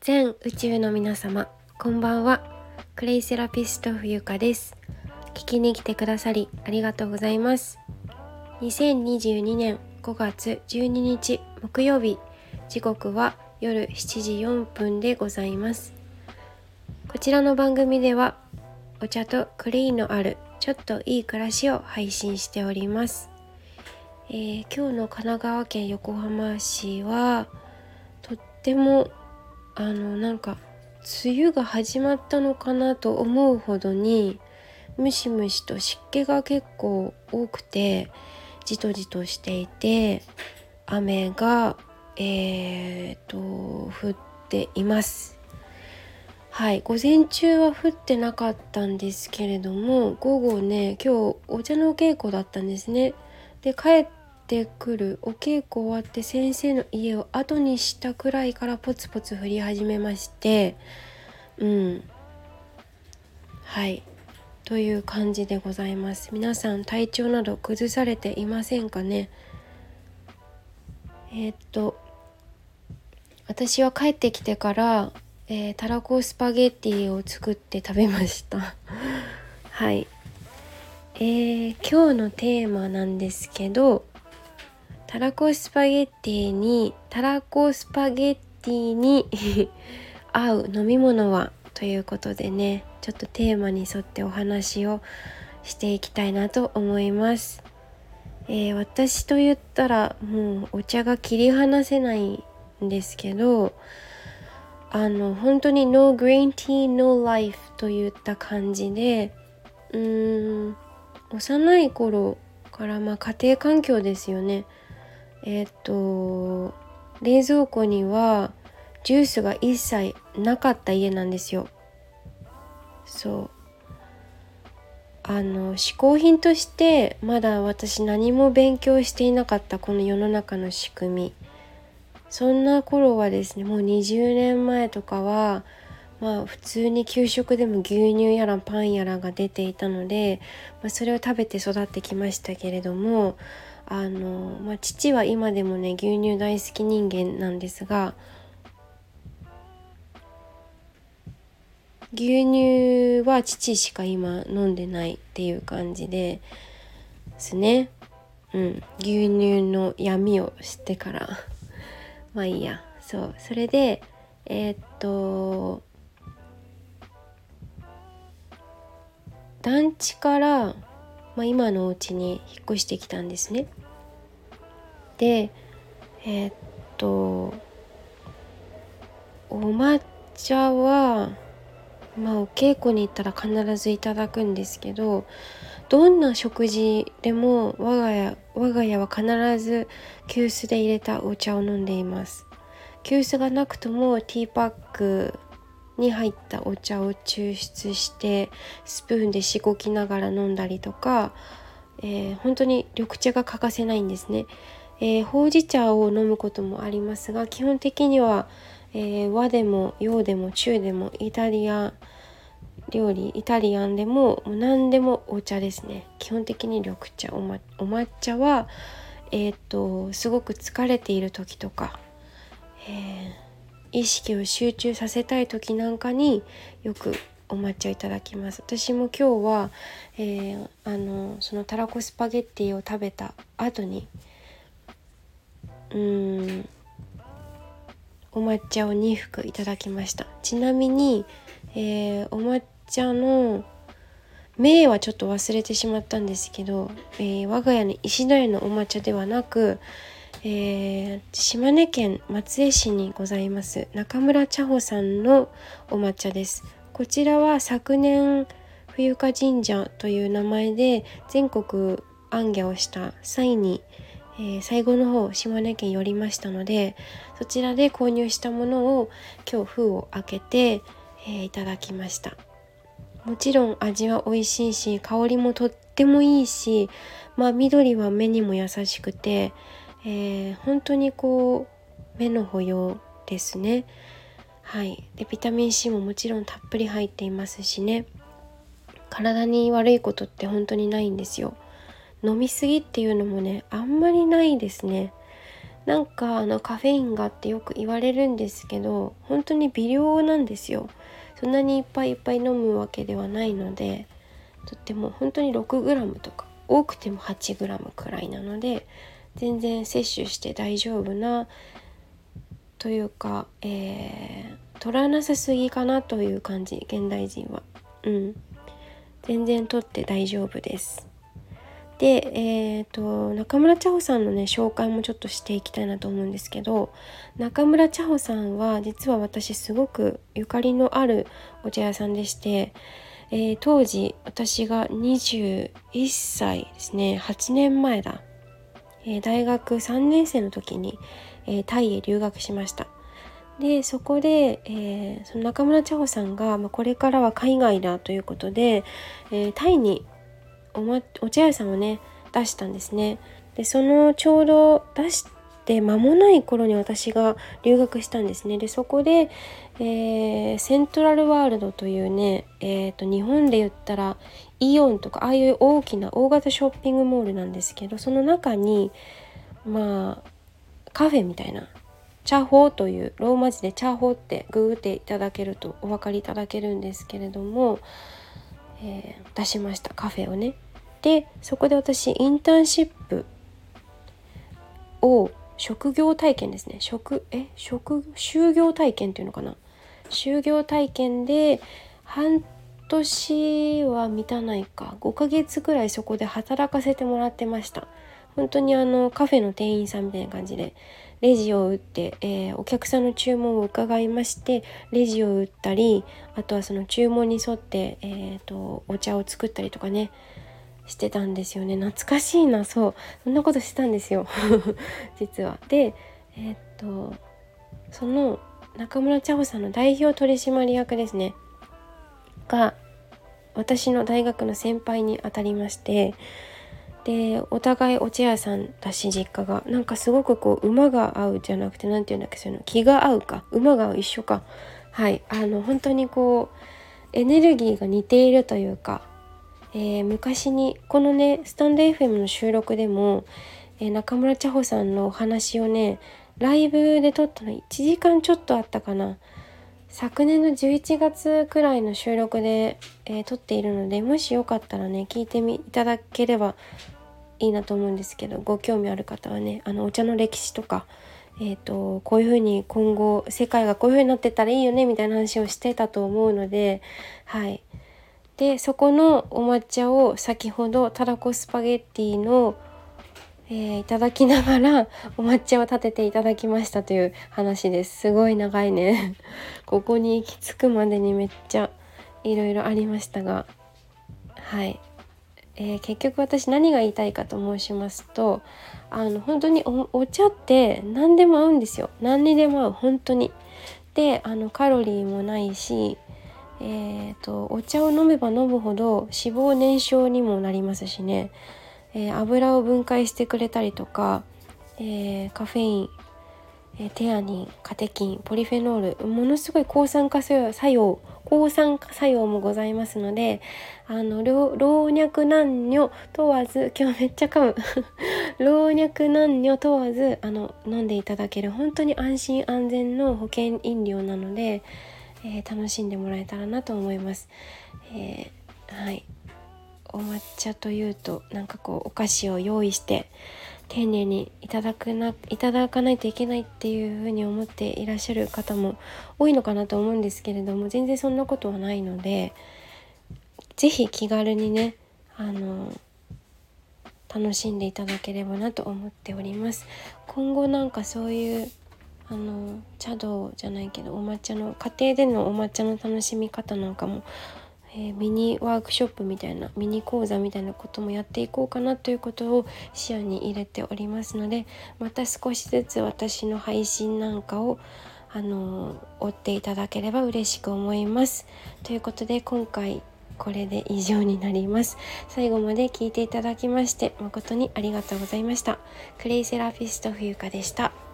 全宇宙の皆様、こんばんは。クレイセラピスト冬香です。聞きに来てくださりありがとうございます。2022年5月12日木曜日、時刻は夜7時4分でございます。こちらの番組ではお茶とクリーンのあるちょっといい暮らしを配信しております。今日の神奈川県横浜市はとってもなんか梅雨が始まったのかなと思うほどにムシムシと湿気が結構多くてじとじとしていて、雨が降っています。はい、午前中は降ってなかったんですけれども、午後ね、今日お茶のお稽古だったんですね。で、帰ってくるお稽古終わって先生の家を後にしたくらいからポツポツ降り始めまして、はいという感じでございます。皆さん体調など崩されていませんかね。私は帰ってきてからたらこスパゲッティを作って食べましたはい、今日のテーマなんですけど、たらこスパゲッティに合う飲み物はということでね、ちょっとテーマに沿ってお話をしていきたいなと思います。私と言ったらもうお茶が切り離せないんですけど、本当に No green tea no life といった感じで、幼い頃から、家庭環境ですよね。冷蔵庫にはジュースが一切なかった家なんですよ。嗜好品としてまだ私何も勉強していなかったこの世の中の仕組み、そんな頃はですね、もう20年前とかは普通に給食でも牛乳やらパンやらが出ていたので、それを食べて育ってきましたけれども、父は今でもね牛乳大好き人間なんですが、牛乳は父しか今飲んでないっていう感じですね。牛乳の闇を知ってからまあいいや。それで団地から、今のお家に引っ越してきたんですね。でお抹茶はお稽古に行ったら必ずいただくんですけど、どんな食事でも我が家は必ず急須で入れたお茶を飲んでいます。急須がなくともティーパックに入ったお茶を抽出してスプーンでしごきながら飲んだりとか、本当に緑茶が欠かせないんですね。ほうじ茶を飲むこともありますが、基本的には、和でも洋でも中でもイタリアンでも何でもお茶ですね。基本的に緑茶。お抹茶はすごく疲れている時とか、意識を集中させたい時なんかによくお抹茶いただきます。私も今日は、そのたらこスパゲッティを食べた後にお抹茶を2服いただきました。ちなみに、お抹茶の銘はちょっと忘れてしまったんですけど、我が家の石田屋のお抹茶ではなく、島根県松江市にございます中村茶穂さんのお抹茶です。こちらは昨年冬香神社という名前で全国行脚をした際に、最後の方島根県寄りましたので、そちらで購入したものを今日封を開けて、いただきました。もちろん味は美味しいし香りもとってもいいし、緑は目にも優しくて、本当に目の保養ですね。はい。でビタミン C ももちろんたっぷり入っていますしね、体に悪いことって本当にないんですよ。飲みすぎっていうのもねあんまりないですね。 なんかカフェインがってよく言われるんですけど、本当に微量なんですよ。そんなにいっぱいいっぱい飲むわけではないので、とっても本当に 6g とか多くても 8g くらいなので、全然摂取して大丈夫なというか、取らなさすぎかなという感じ。現代人は全然取って大丈夫です。で、中村茶穂さんのね紹介もちょっとしていきたいなと思うんですけど、中村茶穂さんは実は私すごくゆかりのあるお茶屋さんでして、当時私が21歳ですね、8年前だ、大学3年生の時に、タイへ留学しました。でそこで、その中村茶穂さんが、これからは海外だということで、タイにお茶屋さんをね出したんですね。でそのちょうど出して間もない頃に私が留学したんですね。でそこで、セントラルワールドというね、日本で言ったらイオンとかああいう大きな大型ショッピングモールなんですけど、その中にカフェみたいな、チャホというローマ字でチャホってググっていただけるとお分かりいただけるんですけれども、出しましたカフェをね。でそこで私インターンシップを職業体験ですね、就業体験っていうのかな、就業体験で半年は満たないか5ヶ月くらいそこで働かせてもらってました。本当にカフェの店員さんみたいな感じでレジを打って、お客さんの注文を伺いましてレジを打ったり、あとはその注文に沿って、お茶を作ったりとかねしてたんですよね。懐かしいな。そんなことしてたんですよ実は。でその中村茶穂さんの代表取締役ですねが私の大学の先輩にあたりまして、でお互いお茶屋さんだし実家がなんかすごくこう馬が合うじゃなくて、なんていうんだっけ、そういうの気が合うか、馬が合う一緒か、はい本当にこうエネルギーが似ているというか、昔にこのねスタンド FM の収録でも、中村茶穂さんのお話をねライブで撮ったの1時間ちょっとあったかな、昨年の11月くらいの収録で、撮っているので、もしよかったらね聞いていただければいいなと思うんですけど、ご興味ある方はねお茶の歴史とか、こういう風に今後世界がこういう風になってったらいいよねみたいな話をしてたと思うので、はいでそこのお抹茶を先ほどたらこスパゲッティの、いただきながらお抹茶を立てていただきましたという話です。すごい長いねここに行き着くまでにめっちゃいろいろありましたが、はい、結局私何が言いたいかと申しますと、本当に お茶って何でも合うんですよ。何にでも合う、本当に。でカロリーもないし、お茶を飲めば飲むほど脂肪燃焼にもなりますしね、油を分解してくれたりとか、カフェイン、テアニン、カテキン、ポリフェノール、ものすごい抗酸化作用もございますので、老若男女問わず、今日めっちゃ噛む老若男女問わず飲んでいただける本当に安心安全の保険飲料なので、楽しんでもらえたらなと思います。はい、お抹茶というとなんかこうお菓子を用意して丁寧にいただかないといけないっていう風に思っていらっしゃる方も多いのかなと思うんですけれども、全然そんなことはないので、ぜひ気軽にね楽しんでいただければなと思っております。今後なんかそういう茶道じゃないけどお抹茶の家庭でのお抹茶の楽しみ方なんかも、ミニワークショップみたいなミニ講座みたいなこともやっていこうかなということを視野に入れておりますので、また少しずつ私の配信なんかを追っていただければ嬉しく思います。ということで今回これで以上になります。最後まで聞いていただきまして誠にありがとうございました。クレイセラピスト冬香でした。